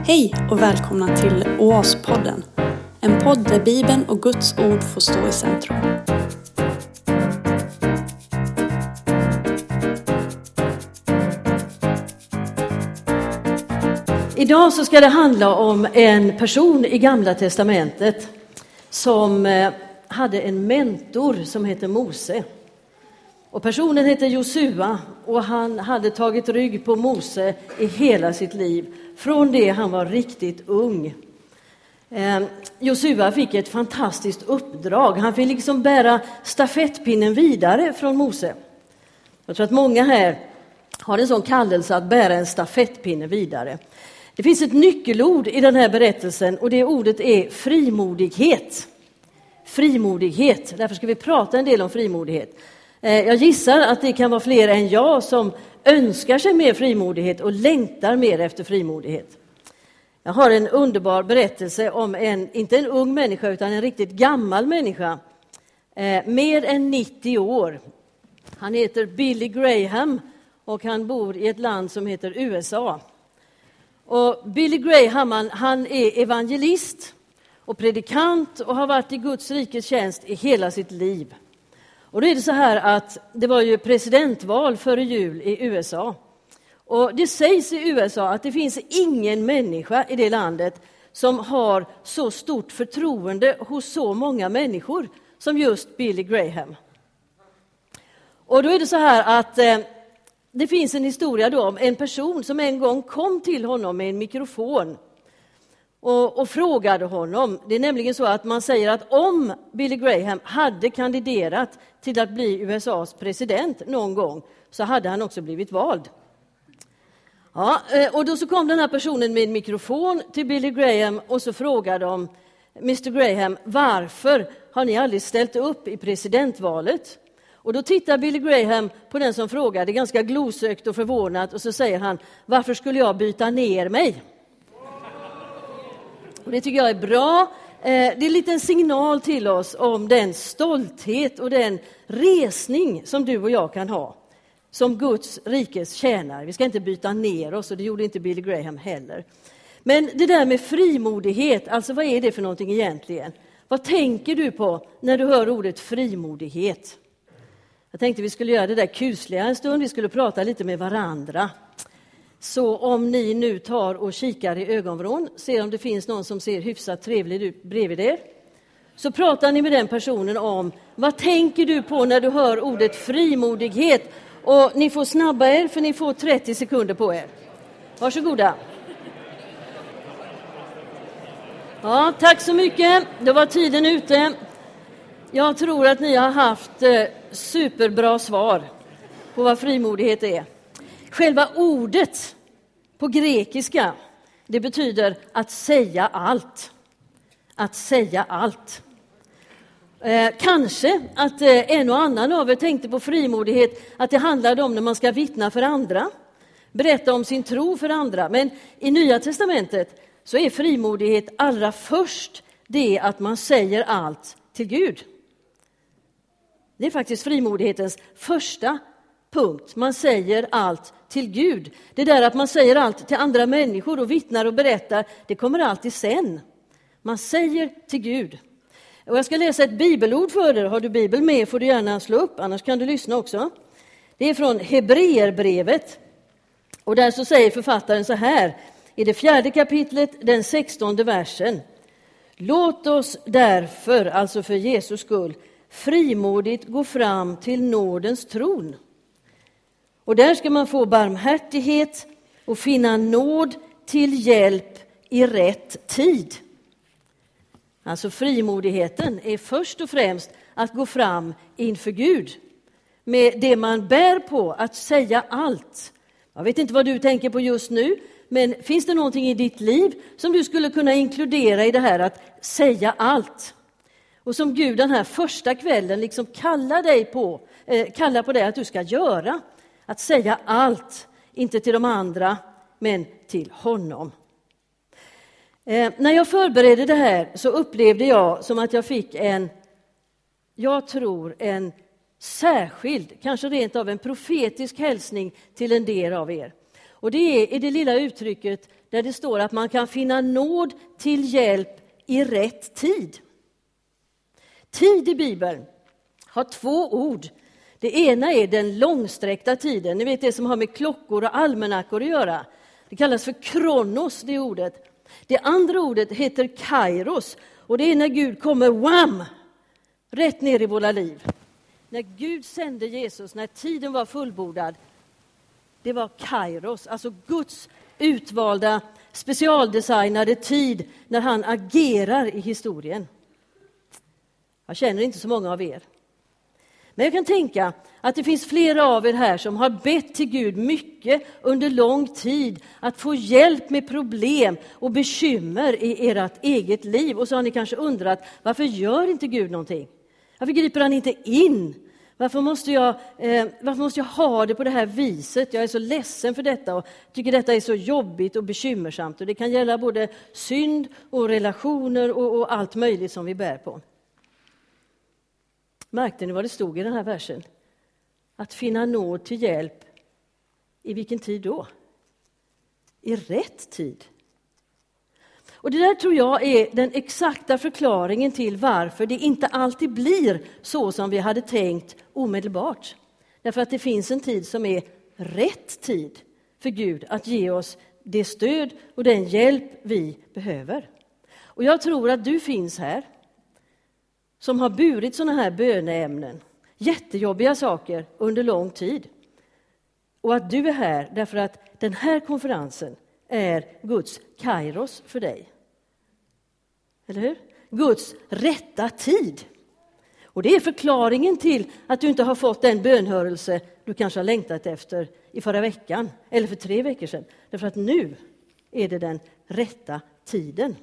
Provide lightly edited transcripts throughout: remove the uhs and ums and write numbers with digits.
Hej och välkomna till Oaspodden. En podd där Bibeln och Guds ord får stå i centrum. Idag så ska det handla om en person i Gamla testamentet som hade en mentor som heter Mose. Och personen heter Josua och han hade tagit rygg på Mose i hela sitt liv. Från det han var riktigt ung. Josua fick ett fantastiskt uppdrag. Han fick liksom bära stafettpinnen vidare från Mose. Jag tror att många här har en sån kallelse att bära en stafettpinne vidare. Det finns ett nyckelord i den här berättelsen och det ordet är frimodighet. Frimodighet. Därför ska vi prata en del om frimodighet. Jag gissar att det kan vara fler än jag som önskar sig mer frimodighet och längtar mer efter frimodighet. Jag har en underbar berättelse om inte en ung människa utan en riktigt gammal människa. Mer än 90 år. Han heter Billy Graham och han bor i ett land som heter USA. Och Billy Graham han är evangelist och predikant och har varit i Guds rikes tjänst i hela sitt liv. Och då är det så här att det var ju presidentval före jul i USA. Och det sägs i USA att det finns ingen människa i det landet som har så stort förtroende hos så många människor som just Billy Graham. Och då är det så här att det finns en historia då om en person som en gång kom till honom med en mikrofon och frågade honom. Det är nämligen så att man säger att om Billy Graham hade kandiderat till att bli USAs president någon gång så hade han också blivit vald. Ja, och då så kom den här personen med en mikrofon till Billy Graham och så frågade de Mr. Graham, varför har ni aldrig ställt upp i presidentvalet? Och då tittar Billy Graham på den som frågade ganska glosökt och förvånat och så säger han, varför skulle jag byta ner mig? Och det tycker jag är bra. Det är en liten signal till oss om den stolthet och den resning som du och jag kan ha som Guds rikes tjänare. Vi ska inte byta ner oss och det gjorde inte Billy Graham heller. Men det där med frimodighet, alltså vad är det för någonting egentligen? Vad tänker du på när du hör ordet frimodighet? Jag tänkte vi skulle göra det där kusliga en stund, vi skulle prata lite med varandra. Så om ni nu tar och kikar i ögonvrån, ser om det finns någon som ser hyfsat trevlig ut bredvid er. Så pratar ni med den personen om, vad tänker du på när du hör ordet frimodighet? Och ni får snabba er för ni får 30 sekunder på er. Varsågoda. Ja, tack så mycket. Då var tiden ute. Jag tror att ni har haft superbra svar på vad frimodighet är. Själva ordet på grekiska, det betyder att säga allt. Att säga allt. Kanske att en och annan av er tänkte på frimodighet att det handlade om när man ska vittna för andra. Berätta om sin tro för andra. Men i Nya testamentet så är frimodighet allra först det att man säger allt till Gud. Det är faktiskt frimodighetens första punkt. Man säger allt till Gud. Det där att man säger allt till andra människor och vittnar och berättar, det kommer alltid sen. Man säger till Gud. Och jag ska läsa ett bibelord för dig. Har du bibel med får du gärna slå upp, annars kan du lyssna också. Det är från Hebreerbrevet. Och där så säger författaren så här, i det 4:e kapitlet, den 16:e versen. Låt oss därför, alltså för Jesus skull, frimodigt gå fram till nådens tron. Och där ska man få barmhärtighet och finna nåd till hjälp i rätt tid. Alltså frimodigheten är först och främst att gå fram inför Gud. Med det man bär på, att säga allt. Jag vet inte vad du tänker på just nu, men finns det någonting i ditt liv som du skulle kunna inkludera i det här att säga allt? Och som Gud den här första kvällen liksom kallar på dig att du ska göra. Att säga allt, inte till de andra, men till honom. När jag förberedde det här så upplevde jag som att jag fick en särskild, kanske rent av en profetisk hälsning till en del av er. Och det är i det lilla uttrycket där det står att man kan finna nåd till hjälp i rätt tid. Tid i Bibeln har 2 ord. Det ena är den långsträckta tiden. Ni vet det som har med klockor och almanackor att göra. Det kallas för kronos, det ordet. Det andra ordet heter kairos. Och det är när Gud kommer, wham! Rätt ner i våra liv. När Gud sände Jesus, när tiden var fullbordad. Det var kairos, alltså Guds utvalda, specialdesignade tid när han agerar i historien. Jag känner inte så många av er. Men jag kan tänka att det finns flera av er här som har bett till Gud mycket under lång tid att få hjälp med problem och bekymmer i ert eget liv. Och så har ni kanske undrat, varför gör inte Gud någonting? Varför griper han inte in? Varför måste jag ha det på det här viset? Jag är så ledsen för detta och tycker detta är så jobbigt och bekymmersamt. Och det kan gälla både synd och relationer och allt möjligt som vi bär på. Märkte ni vad det stod i den här versen? Att finna nåd till hjälp. I vilken tid då? I rätt tid. Och det där tror jag är den exakta förklaringen till varför det inte alltid blir så som vi hade tänkt omedelbart. Därför att det finns en tid som är rätt tid för Gud att ge oss det stöd och den hjälp vi behöver. Och jag tror att du finns här som har burit sådana här böneämnen, jättejobbiga saker under lång tid. Och att du är här därför att den här konferensen är Guds kairos för dig. Eller hur? Guds rätta tid. Och det är förklaringen till att du inte har fått den bönhörelse du kanske har längtat efter i förra veckan eller för 3 veckor sedan. Därför att nu är det den rätta tiden.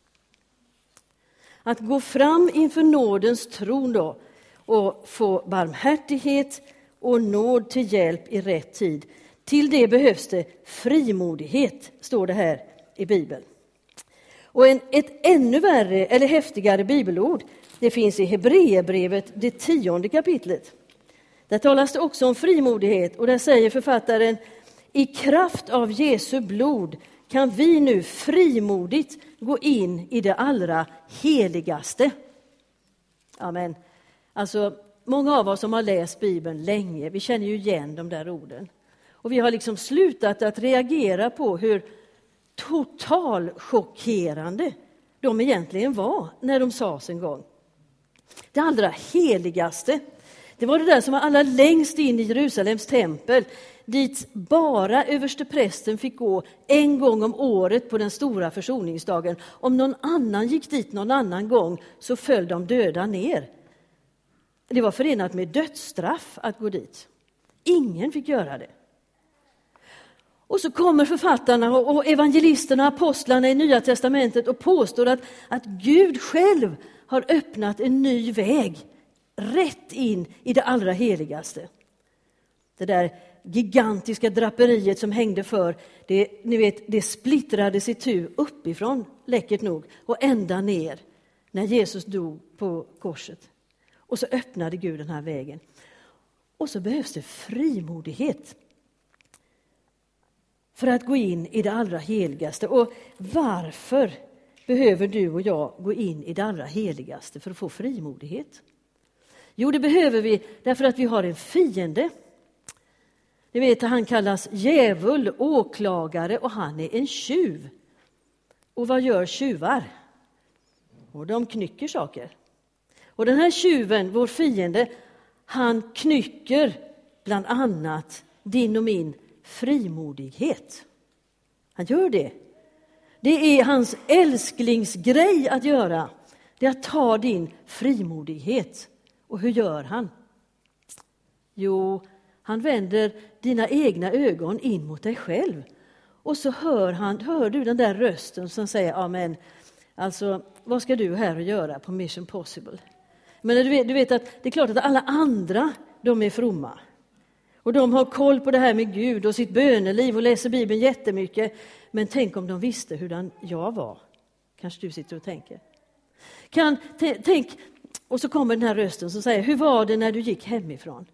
Att gå fram inför nådens tron då och få barmhärtighet och nåd till hjälp i rätt tid. Till det behövs det frimodighet, står det här i Bibeln. Och ett ännu värre eller häftigare bibelord, det finns i Hebreerbrevet, det 10:e kapitlet. Där talas det också om frimodighet och där säger författaren: i kraft av Jesu blod kan vi nu frimodigt gå in i det allra heligaste. Amen. Alltså, många av oss som har läst Bibeln länge, vi känner ju igen de där orden. Och vi har liksom slutat att reagera på hur totalchockerande de egentligen var när de sades en gång. Det allra heligaste, det var det där som var allra längst in i Jerusalems tempel, dit bara översteprästen fick gå en gång om året på den stora försoningsdagen. Om någon annan gick dit någon annan gång så föll de döda ner. Det var förenat med dödsstraff att gå dit. Ingen fick göra det. Och så kommer författarna och evangelisterna, apostlarna i Nya testamentet och påstår att Gud själv har öppnat en ny väg rätt in i det allra heligaste. Det där gigantiska draperiet som hängde för, det splittrades itu uppifrån, läckert nog, och ända ner när Jesus dog på korset. Och så öppnade Gud den här vägen. Och så behövs det frimodighet för att gå in i det allra heligaste. Och varför behöver du och jag gå in i det allra heligaste för att få frimodighet? Jo, det behöver vi därför att vi har en fiende. Ni vet att han kallas djävul, åklagare, och han är en tjuv. Och vad gör tjuvar? Och de knycker saker. Och den här tjuven, vår fiende, han knycker bland annat din och min frimodighet. Han gör det. Det är hans älsklingsgrej att göra. Det är att ta din frimodighet. Och hur gör han? Jo, han vänder dina egna ögon in mot dig själv. Och så hör du den där rösten som säger: amen, alltså vad ska du här och göra på Mission Possible? Men du vet att det är klart att alla andra, de är fromma. Och de har koll på det här med Gud och sitt böneliv och läser Bibeln jättemycket. Men tänk om de visste hurdan jag var. Kanske du sitter och tänker. Tänk, och så kommer den här rösten som säger: hur var det när du gick hemifrån?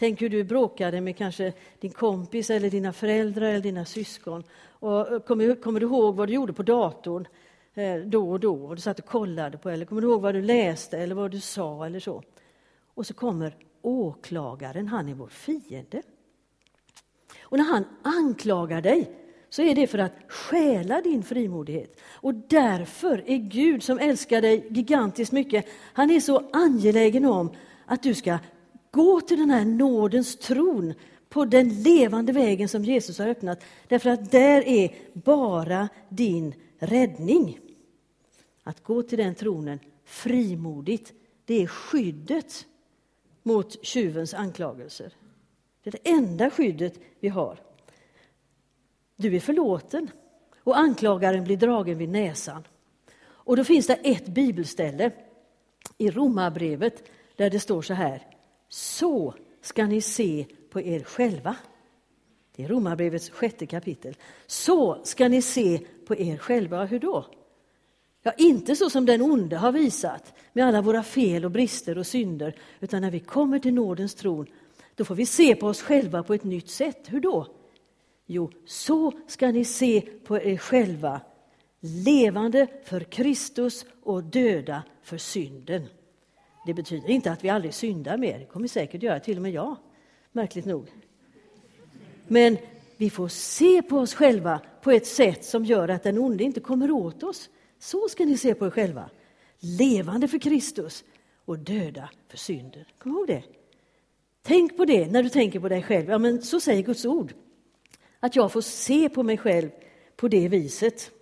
Tänk hur du bråkade med kanske din kompis eller dina föräldrar eller dina syskon. Och kommer du ihåg vad du gjorde på datorn då och då? Och du satt och kollade på, eller kommer du ihåg vad du läste eller vad du sa eller så? Och så kommer åklagaren, han är vår fiende. Och när han anklagar dig så är det för att stjäla din frimodighet. Och därför är Gud som älskar dig gigantiskt mycket, han är så angelägen om att du ska gå till den här nådens tron på den levande vägen som Jesus har öppnat. Därför att där är bara din räddning. Att gå till den tronen frimodigt, det är skyddet mot tjuvens anklagelser. Det är det enda skyddet vi har. Du är förlåten och anklagaren blir dragen vid näsan. Och då finns det ett bibelställe i Romarbrevet där det står så här: så ska ni se på er själva. Det är Romarbrevets 6:e kapitel. Så ska ni se på er själva. Hur då? Ja, inte så som den onde har visat med alla våra fel och brister och synder, utan när vi kommer till nådens tron, då får vi se på oss själva på ett nytt sätt. Hur då? Jo, så ska ni se på er själva, levande för Kristus och döda för synden. Det betyder inte att vi aldrig syndar mer. Det kommer säkert göra, till och med jag, märkligt nog. Men vi får se på oss själva på ett sätt som gör att den onde inte kommer åt oss. Så ska ni se på er själva, levande för Kristus och döda för synden. Kom ihåg det. Tänk på det när du tänker på dig själv. Ja, men så säger Guds ord. Att jag får se på mig själv på det viset.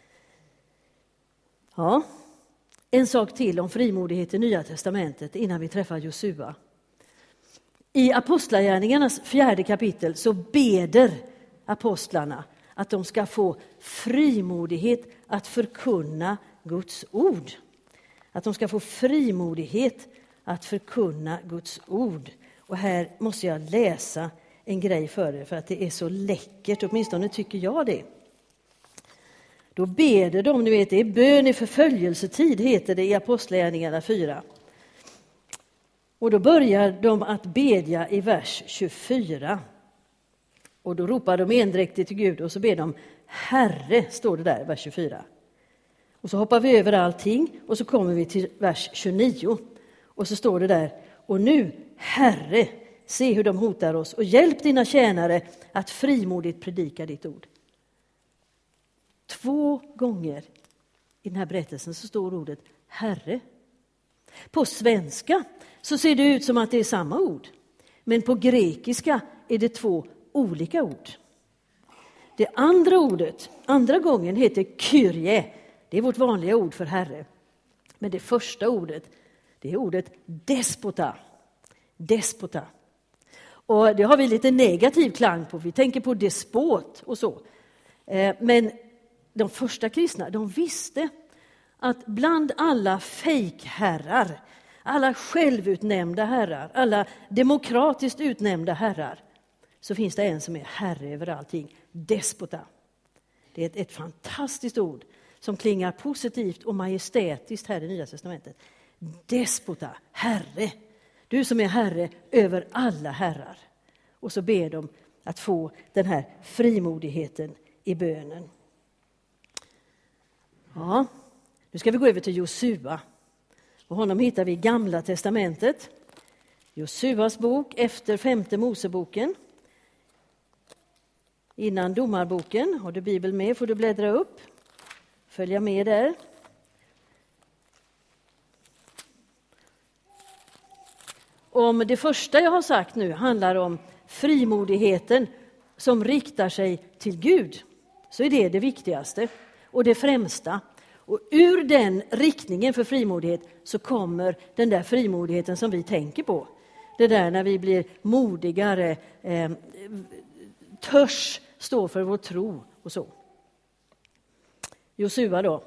Ja, en sak till om frimodighet i Nya testamentet innan vi träffar Josua. I Apostlagärningarnas 4:e kapitel så beder apostlarna att de ska få frimodighet att förkunna Guds ord. Att de ska få frimodighet att förkunna Guds ord. Och här måste jag läsa en grej för er, för att det är så läckert, åtminstone tycker jag det. Då beder de, ni vet, det är bön i förföljelsetid, heter det i Apostlagärningarna 4. Och då börjar de att bedja i vers 24. Och då ropar de endräktigt till Gud och så ber de Herre, står det där, vers 24. Och så hoppar vi över allting och så kommer vi till vers 29. Och så står det där, och nu, Herre, se hur de hotar oss och hjälp dina tjänare att frimodigt predika ditt ord. 2 gånger i den här berättelsen så står ordet Herre. På svenska så ser det ut som att det är samma ord. Men på grekiska är det 2 olika ord. Det andra ordet, andra gången, heter Kyrie. Det är vårt vanliga ord för Herre. Men det första ordet, det är ordet despota. Despota. Och det har vi lite negativ klang på. Vi tänker på despot och så. Men de första kristna, de visste att bland alla fejkherrar, alla självutnämnda herrar, alla demokratiskt utnämnda herrar, så finns det en som är herre över allting, despota. Det är ett fantastiskt ord som klingar positivt och majestätiskt här i Nya testamentet. Despota, herre. Du som är herre över alla herrar. Och så ber de att få den här frimodigheten i bönen. Ja, nu ska vi gå över till Josua. Och honom hittar vi i Gamla testamentet. Josuas bok efter 5:e Moseboken. Innan Domarboken. Har du Bibeln med får du bläddra upp. Följa med där. Om det första jag har sagt nu handlar om frimodigheten som riktar sig till Gud, så är det viktigaste och det främsta. Och ur den riktningen för frimodighet så kommer den där frimodigheten som vi tänker på. Det där när vi blir modigare, törs stå för vår tro och så. Josua då.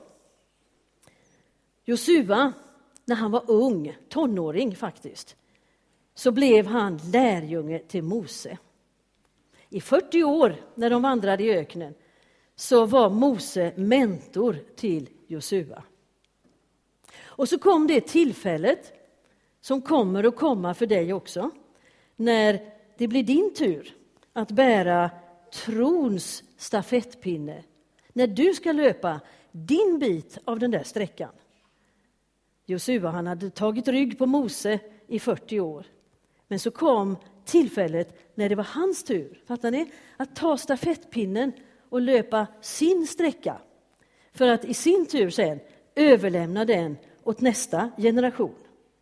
Josua, när han var ung, tonåring faktiskt, så blev han lärjunge till Mose. I 40 år när de vandrade i öknen så var Mose mentor till Josua. Och så kom det tillfället som kommer att komma för dig också. när det blir din tur att bära trons stafettpinne. När du ska löpa din bit av den där sträckan. Josua, han hade tagit rygg på Mose i 40 år. Men så kom tillfället när det var hans tur, fattar ni? Att ta stafettpinnen och löpa sin sträcka. För att i sin tur sen överlämna den åt nästa generation.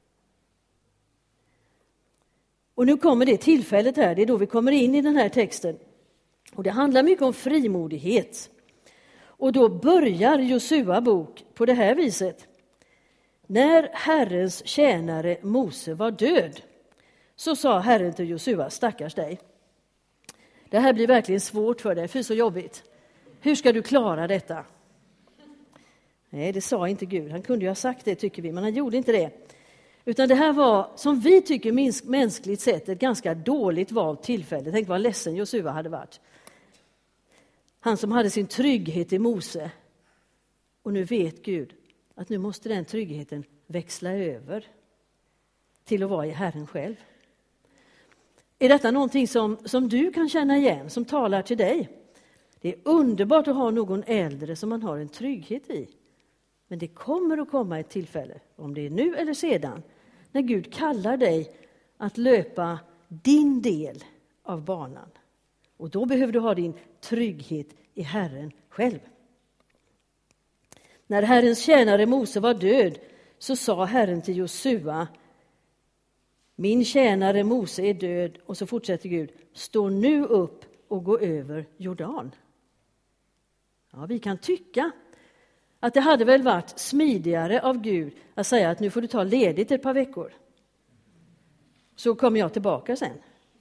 Och nu kommer det tillfället här, det är då vi kommer in i den här texten. Och det handlar mycket om frimodighet. Och då börjar Josua bok på det här viset. När Herrens tjänare Mose var död, så sa Herren till Josua, stackars dig. Det här blir verkligen svårt för dig, för så jobbigt. Hur ska du klara detta? Nej, det sa inte Gud. Han kunde ju ha sagt det, tycker vi, men han gjorde inte det. Utan det här var, som vi tycker mänskligt sett, ett ganska dåligt valt tillfälle. Tänk vad ledsen Josua hade varit. Han som hade sin trygghet i Mose. Och nu vet Gud att nu måste den tryggheten växla över till att vara i Herren själv. Är detta någonting som du kan känna igen, som talar till dig? Det är underbart att ha någon äldre som man har en trygghet i. Men det kommer att komma ett tillfälle, om det är nu eller sedan, när Gud kallar dig att löpa din del av banan. Och då behöver du ha din trygghet i Herren själv. När Herrens tjänare Mose var död, så sa Herren till Josua, min tjänare Mose är död. Och så fortsätter Gud, stå nu upp och gå över Jordan. Ja, vi kan tycka att det hade väl varit smidigare av Gud att säga att nu får du ta ledigt ett par veckor. Så kommer jag tillbaka sen.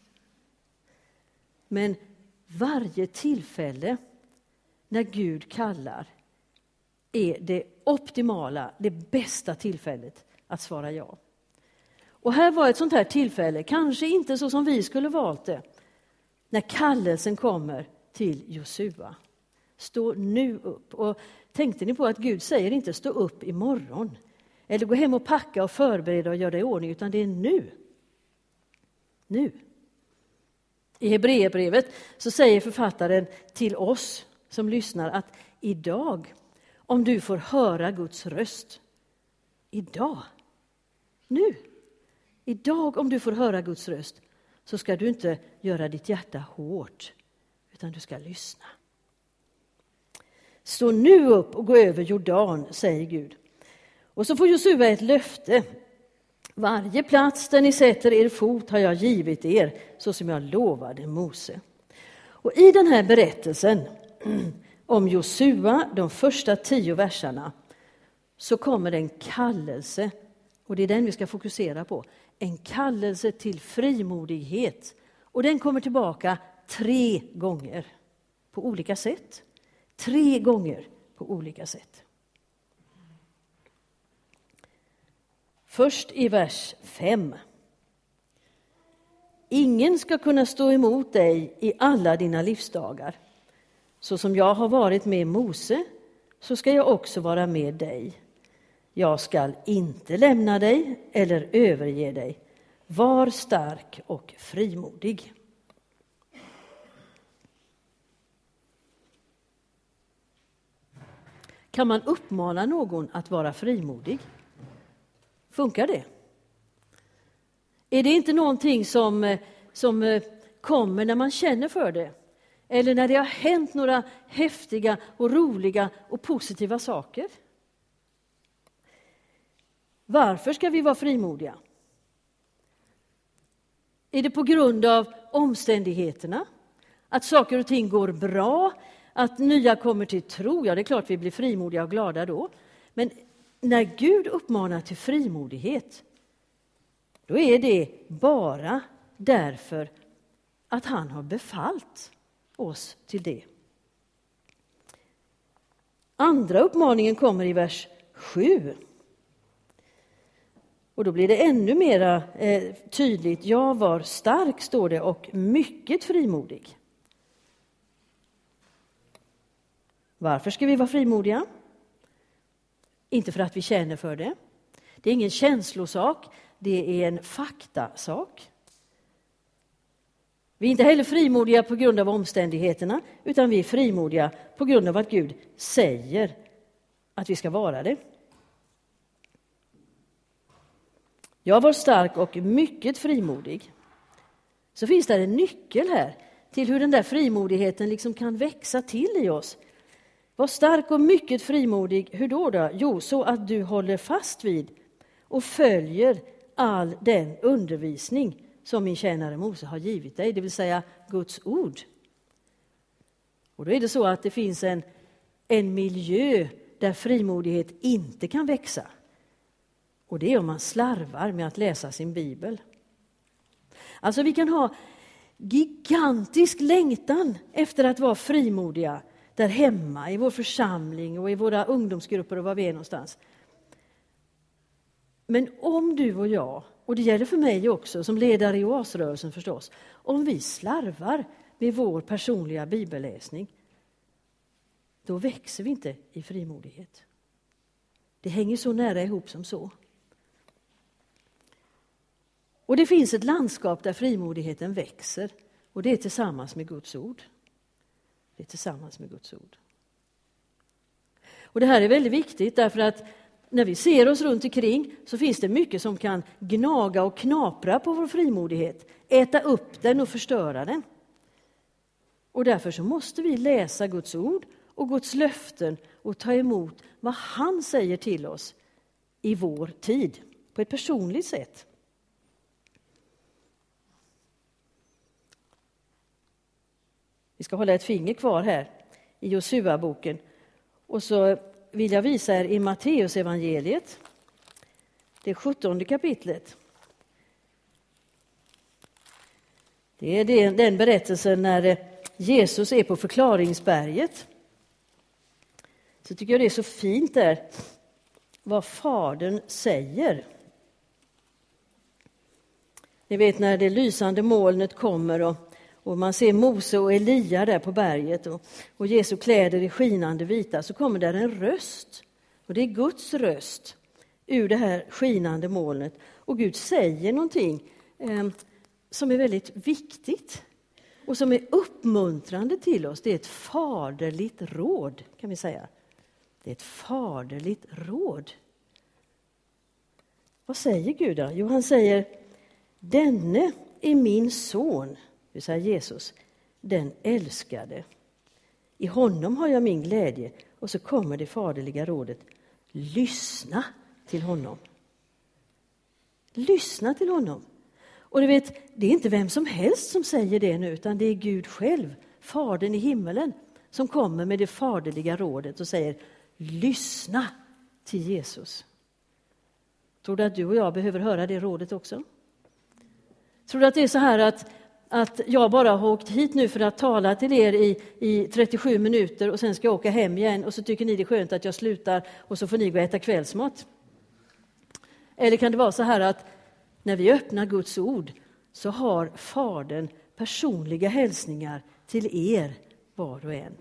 Men varje tillfälle när Gud kallar är det optimala, det bästa tillfället att svara ja. Och här var ett sånt här tillfälle, kanske inte så som vi skulle valt det, när kallelsen kommer till Josua. Stå nu upp. Och tänkte ni på att Gud säger inte stå upp imorgon eller gå hem och packa och förbereda och göra det i ordning, utan det är nu. Nu. I Hebreerbrevet så säger författaren till oss som lyssnar att idag, om du får höra Guds röst, idag, nu, idag om du får höra Guds röst, så ska du inte göra ditt hjärta hårt, utan du ska lyssna. Stå nu upp och gå över Jordan, säger Gud. Och så får Josua ett löfte. Varje plats där ni sätter er fot har jag givit er, så som jag lovade Mose. Och i den här berättelsen om Josua, de första 10 verserna, så kommer en kallelse, och det är den vi ska fokusera på. En kallelse till frimodighet. Och den kommer tillbaka 3 gånger på olika sätt. 3 gånger på olika sätt. Först i vers 5. Ingen ska kunna stå emot dig i alla dina livsdagar. Så som jag har varit med Mose, så ska jag också vara med dig. Jag ska inte lämna dig eller överge dig. Var stark och frimodig. Kan man uppmana någon att vara frimodig? Funkar det? Är det inte någonting som kommer när man känner för det? Eller när det har hänt några häftiga och roliga och positiva saker? Varför ska vi vara frimodiga? Är det på grund av omständigheterna? Att saker och ting går bra? Att nya kommer till tro? Ja, det är klart vi blir frimodiga och glada då. Men när Gud uppmanar till frimodighet, då är det bara därför att han har befallt oss till det. Andra uppmaningen kommer i vers 7. Och då blir det ännu mer tydligt. Jag var stark, står det, och mycket frimodig. Varför ska vi vara frimodiga? Inte för att vi känner för det. Det är ingen känslosak, det är en faktasak. Vi är inte heller frimodiga på grund av omständigheterna, utan vi är frimodiga på grund av att Gud säger att vi ska vara det. Jag var stark och mycket frimodig. Så finns det en nyckel här till hur den där frimodigheten liksom kan växa till i oss. Var stark och mycket frimodig. Hur då? Jo, så att du håller fast vid och följer all den undervisning som min tjänare Mose har givit dig, det vill säga Guds ord. Och då är det så att det finns en miljö där frimodighet inte kan växa. Och det är om man slarvar med att läsa sin bibel. Alltså vi kan ha gigantisk längtan efter att vara frimodiga där hemma, i vår församling och i våra ungdomsgrupper och var vi är någonstans. Men om du och jag, och det gäller för mig också som ledare i oasrörelsen förstås, om vi slarvar med vår personliga bibelläsning, då växer vi inte i frimodighet. Det hänger så nära ihop som så. Och det finns ett landskap där frimodigheten växer, och det är tillsammans med Guds ord. Det är tillsammans med Guds ord. Och det här är väldigt viktigt därför att när vi ser oss runt omkring så finns det mycket som kan gnaga och knapra på vår frimodighet, äta upp den och förstöra den. Och därför så måste vi läsa Guds ord och Guds löften och ta emot vad han säger till oss i vår tid på ett personligt sätt. Vi ska hålla ett finger kvar här i Josua-boken. Och så vill jag visa er i Matteus evangeliet, det 17:e kapitlet. Det är den berättelsen när Jesus är på förklaringsberget. Så tycker jag det är så fint där vad Fadern säger. Ni vet när det lysande molnet kommer och man ser Mose och Elia där på berget och Jesu kläder är skinande vita, så kommer där en röst. Och det är Guds röst ur det här skinande molnet. Och Gud säger någonting som är väldigt viktigt och som är uppmuntrande till oss. Det är ett faderligt råd, kan vi säga. Det är ett faderligt råd. Vad säger Gud då? Jo, han säger: denne är min son, det säger Jesus, den älskade. I honom har jag min glädje. Och så kommer det faderliga rådet: lyssna till honom. Lyssna till honom. Och du vet, det är inte vem som helst som säger det nu, utan det är Gud själv, Fadern i himmelen, som kommer med det faderliga rådet och säger: lyssna till Jesus. Tror du att du och jag behöver höra det rådet också? Tror du att det är så här att jag bara har åkt hit nu för att tala till er i 37 minuter och sen ska jag åka hem igen och så tycker ni det är skönt att jag slutar och så får ni gå och äta kvällsmat? Eller kan det vara så här att när vi öppnar Guds ord så har Fadern personliga hälsningar till er var och en?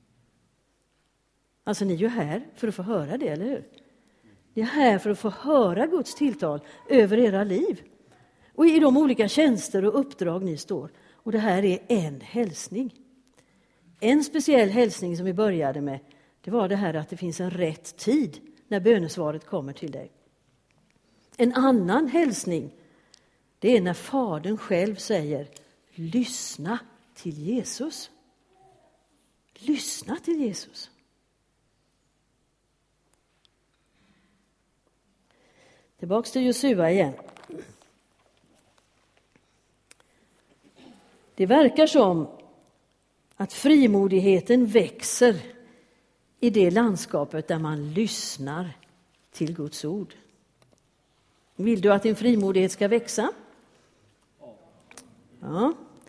Alltså ni är ju här för att få höra det, eller hur? Ni är här för att få höra Guds tilltal över era liv. Och i de olika tjänster och uppdrag ni står. Och det här är en hälsning. En speciell hälsning som vi började med, det var det här att det finns en rätt tid när bönesvaret kommer till dig. En annan hälsning, det är när Fadern själv säger: lyssna till Jesus. Lyssna till Jesus. Tillbaks till Josua igen. Det verkar som att frimodigheten växer i det landskapet där man lyssnar till Guds ord. Vill du att din frimodighet ska växa? Ja.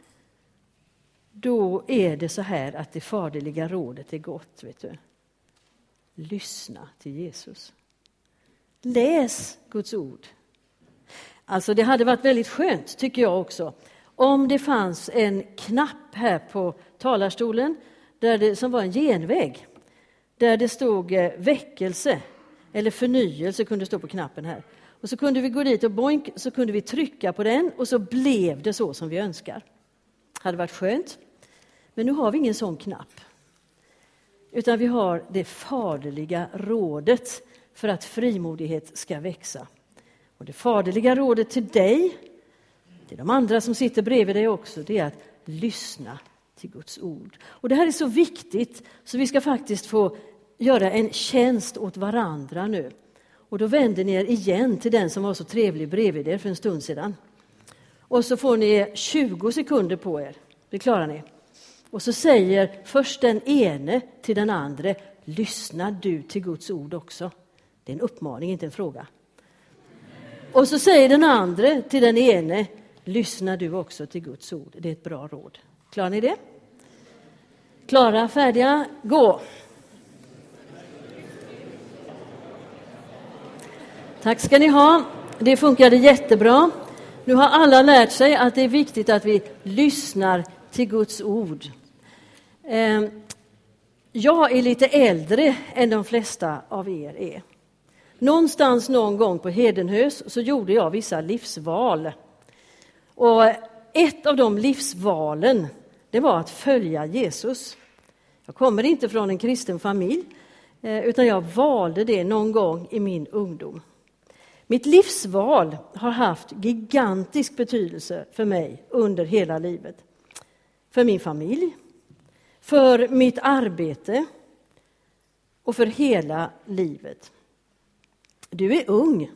Då är det så här att det faderliga rådet är gott, vet du. Lyssna till Jesus. Läs Guds ord. Alltså det hade varit väldigt skönt, tycker jag också, om det fanns en knapp här på talarstolen som var en genväg. Där det stod väckelse eller förnyelse kunde stå på knappen här. Och så kunde vi gå dit och boink, så kunde vi trycka på den och så blev det så som vi önskar. Hade varit skönt. Men nu har vi ingen sån knapp. Utan vi har det faderliga rådet för att frimodighet ska växa. Och det faderliga rådet till dig, till de andra som sitter bredvid dig också, det är att lyssna till Guds ord. Och det här är så viktigt så vi ska faktiskt få göra en tjänst åt varandra nu. Och då vänder ni er igen till den som var så trevlig bredvid er för en stund sedan. Och så får ni 20 sekunder på er. Det klarar ni. Och så säger först den ene till den andra, lyssna du till Guds ord också. Det är en uppmaning, inte en fråga. Och så säger den andra till den ene, lyssna du också till Guds ord. Det är ett bra råd. Klarar ni det? Klara, färdiga, gå! Tack ska ni ha. Det funkade jättebra. Nu har alla lärt sig att det är viktigt att vi lyssnar till Guds ord. Jag är lite äldre än de flesta av er är. Någonstans någon gång på Hedenhös så gjorde jag vissa livsval. Och ett av de livsvalen, det var att följa Jesus. Jag kommer inte från en kristen familj, utan jag valde det någon gång i min ungdom. Mitt livsval har haft gigantisk betydelse för mig under hela livet. För min familj, för mitt arbete och för hela livet. Du är ung.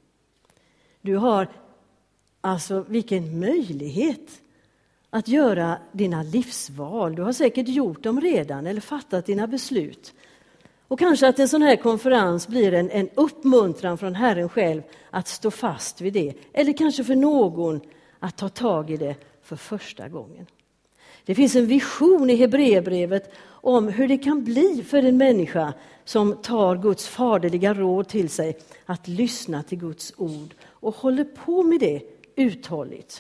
Du har alltså vilken möjlighet att göra dina livsval. Du har säkert gjort dem redan eller fattat dina beslut. Och kanske att en sån här konferens blir en uppmuntran från Herren själv att stå fast vid det. Eller kanske för någon att ta tag i det för första gången. Det finns en vision i Hebreerbrevet om hur det kan bli för en människa som tar Guds faderliga råd till sig att lyssna till Guds ord och håller på med det uthålligt.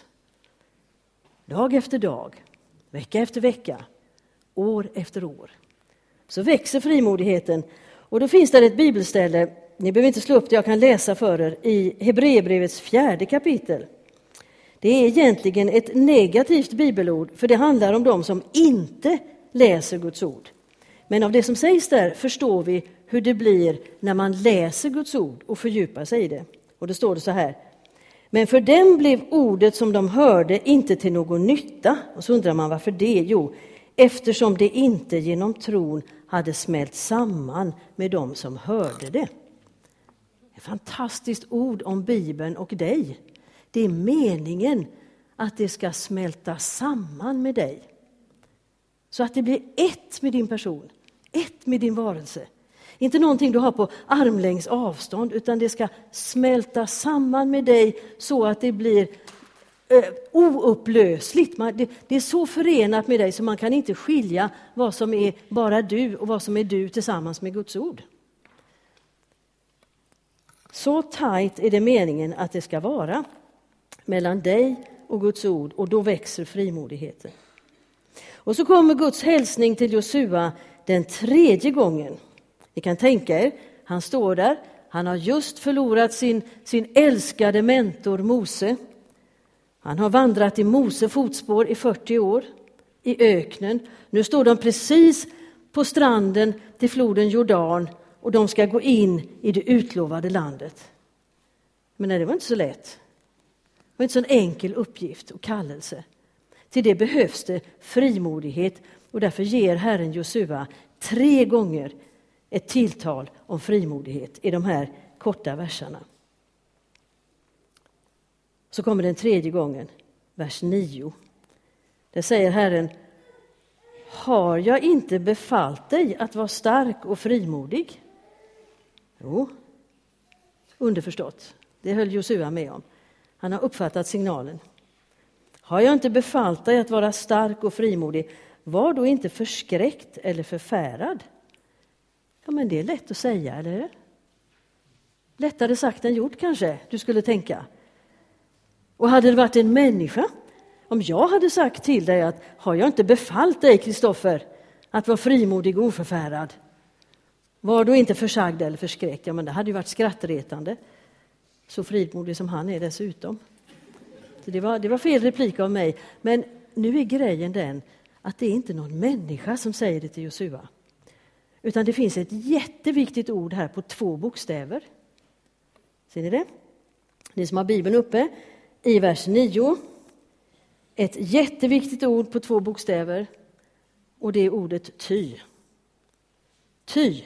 Dag efter dag, vecka efter vecka, år efter år. Så växer frimodigheten. Och då finns det ett bibelställe, ni behöver inte slå upp det, jag kan läsa för er, i Hebreerbrevets 4:e kapitel. Det är egentligen ett negativt bibelord, för det handlar om de som inte läser Guds ord. Men av det som sägs där förstår vi hur det blir när man läser Guds ord och fördjupar sig i det. Och då står det så här: men för dem blev ordet som de hörde inte till någon nytta. Och så undrar man varför det? Jo, eftersom det inte genom tron hade smält samman med dem som hörde det. Ett fantastiskt ord om Bibeln och dig. Det är meningen att det ska smälta samman med dig. Så att det blir ett med din person, ett med din varelse. Inte någonting du har på armlängds avstånd, utan det ska smälta samman med dig så att det blir oupplösligt. Det är så förenat med dig så man kan inte skilja vad som är bara du och vad som är du tillsammans med Guds ord. Så tajt är det meningen att det ska vara mellan dig och Guds ord, och då växer frimodigheten. Och så kommer Guds hälsning till Josua den 3:e gången. Ni kan tänka er, han står där, han har just förlorat sin älskade mentor Mose. Han har vandrat i Mose fotspår i 40 år i öknen. Nu står de precis på stranden till floden Jordan och de ska gå in i det utlovade landet. Men nej, det var inte så lätt. Det var inte så en enkel uppgift och kallelse. Till det behövs det frimodighet, och därför ger Herren Josua 3 gånger ett tilltal om frimodighet i de här korta verserna. Så kommer den 3:e gången, vers 9. Där säger Herren: har jag inte befallt dig att vara stark och frimodig? Jo, underförstått. Det höll Josua med om. Han har uppfattat signalen. Har jag inte befallt dig att vara stark och frimodig? Var då inte förskräckt eller förfärad? Ja, men det är lätt att säga, eller? Lättare sagt än gjort kanske, du skulle tänka. Och hade det varit en människa, om jag hade sagt till dig att har jag inte befallt dig, Kristoffer, att vara frimodig och oförfärad? Var då inte försagd eller förskräckt? Ja, men det hade ju varit skrattretande. Så frimodig som han är dessutom. Så det var fel replik av mig. Men nu är grejen den att det är inte någon människa som säger det till Josua. Utan det finns ett jätteviktigt ord här på 2 bokstäver. Ser ni det? Ni som har Bibeln uppe, i vers 9. Ett jätteviktigt ord på 2 bokstäver. Och det är ordet ty. Ty.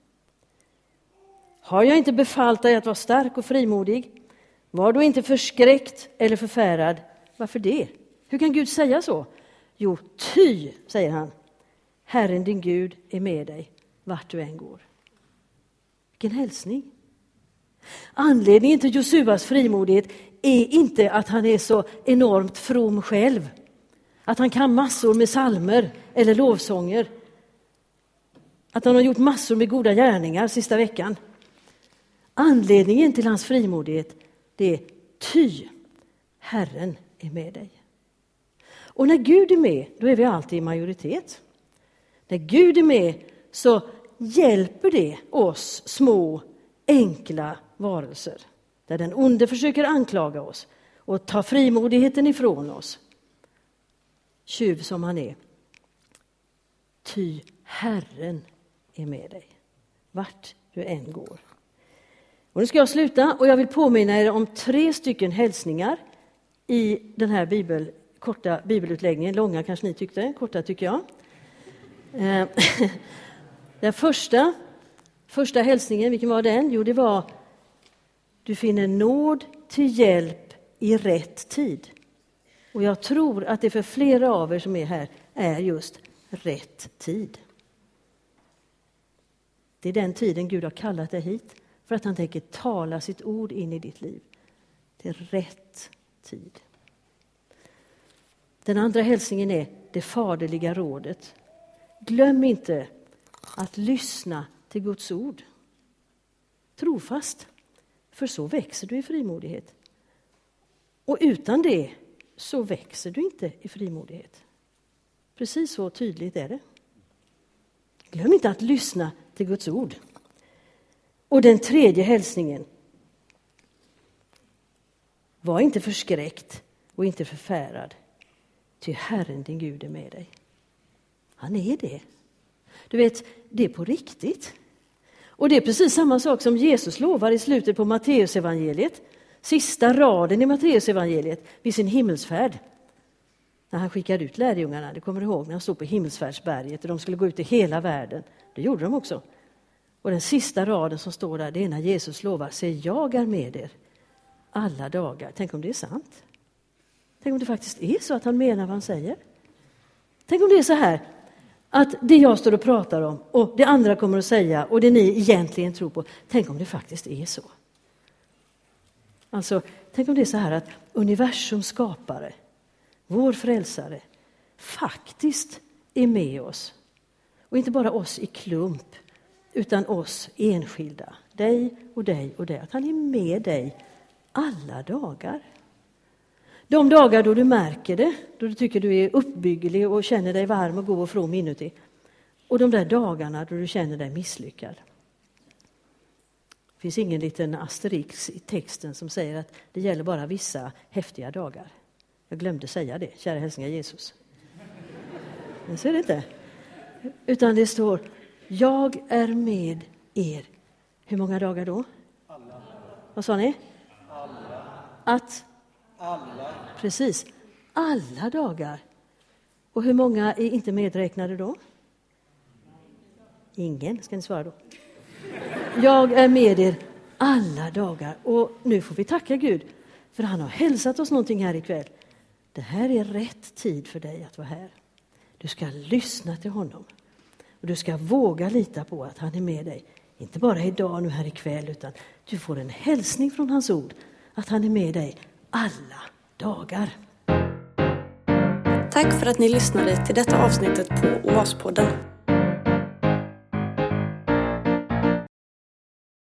Har jag inte befallt dig att vara stark och frimodig? Var då inte förskräckt eller förfärad. Varför det? Hur kan Gud säga så? Jo, ty, säger han. Herren din Gud är med dig vart du än går. Vilken hälsning. Anledningen till Josuas frimodighet är inte att han är så enormt from själv. Att han kan massor med psalmer eller lovsånger. Att han har gjort massor med goda gärningar sista veckan. Anledningen till hans frimodighet, det är ty, Herren är med dig. Och när Gud är med, då är vi alltid i majoritet. När Gud är med så hjälper det oss små, enkla varelser. Där den onde försöker anklaga oss och ta frimodigheten ifrån oss. Tjuv som han är. Ty Herren är med dig, vart du än går. Och nu ska jag sluta och jag vill påminna er om 3 stycken hälsningar i den här korta bibelutläggningen. Långa kanske ni tyckte, korta tycker jag. Den första hälsningen, vilken var den? Jo, det var: du finner nåd till hjälp i rätt tid. Och jag tror att det för flera av er som är här är just rätt tid. Det är den tiden Gud har kallat dig hit för att han tänker tala sitt ord in i ditt liv. Det är rätt tid. Den andra hälsningen är det faderliga rådet. Glöm inte att lyssna till Guds ord. Trofast, för så växer du i frimodighet. Och utan det så växer du inte i frimodighet. Precis så tydligt är det. Glöm inte att lyssna till Guds ord. Och den tredje hälsningen: var inte förskräckt och inte förfärad, ty Herren din Gud är med dig. Han är det. Du vet, det är på riktigt. Och det är precis samma sak som Jesus lovar i slutet på Matteusevangeliet. Sista raden i Matteusevangeliet vid sin himmelsfärd. När han skickade ut lärjungarna, det kommer du ihåg, när han stod på himmelsfärdsberget och de skulle gå ut i hela världen. Det gjorde de också. Och den sista raden som står där, det är när Jesus lovar: se, jag är med er alla dagar. Tänk om det är sant. Tänk om det faktiskt är så att han menar vad han säger. Tänk om det är så här att det jag står och pratar om och det andra kommer att säga och det ni egentligen tror på, tänk om det faktiskt är så. Alltså, tänk om det är så här att universums skapare, vår frälsare, faktiskt är med oss. Och inte bara oss i klump, utan oss enskilda. Dig och dig och dig. Att han är med dig alla dagar. De dagar då du märker det, då du tycker du är uppbygglig och känner dig varm och god och from inuti. Och de där dagarna då du känner dig misslyckad. Det finns ingen liten asterix i texten som säger att det gäller bara vissa häftiga dagar. Jag glömde säga det, kära hälsningar Jesus. Men så är det inte. Utan det står: jag är med er. Hur många dagar då? Alla. Vad sa ni? Alla. Att? Alla. Precis, alla dagar. Och hur många är inte medräknade då? Ingen, ska ni svara då. Jag är med er alla dagar. Och nu får vi tacka Gud, för han har hälsat oss någonting här ikväll. Det här är rätt tid för dig att vara här. Du ska lyssna till honom. Och du ska våga lita på att han är med dig. Inte bara idag nu här ikväll, utan du får en hälsning från hans ord. Att han är med dig alla dagar. Tack för att ni lyssnade till detta avsnittet på Oaspodden.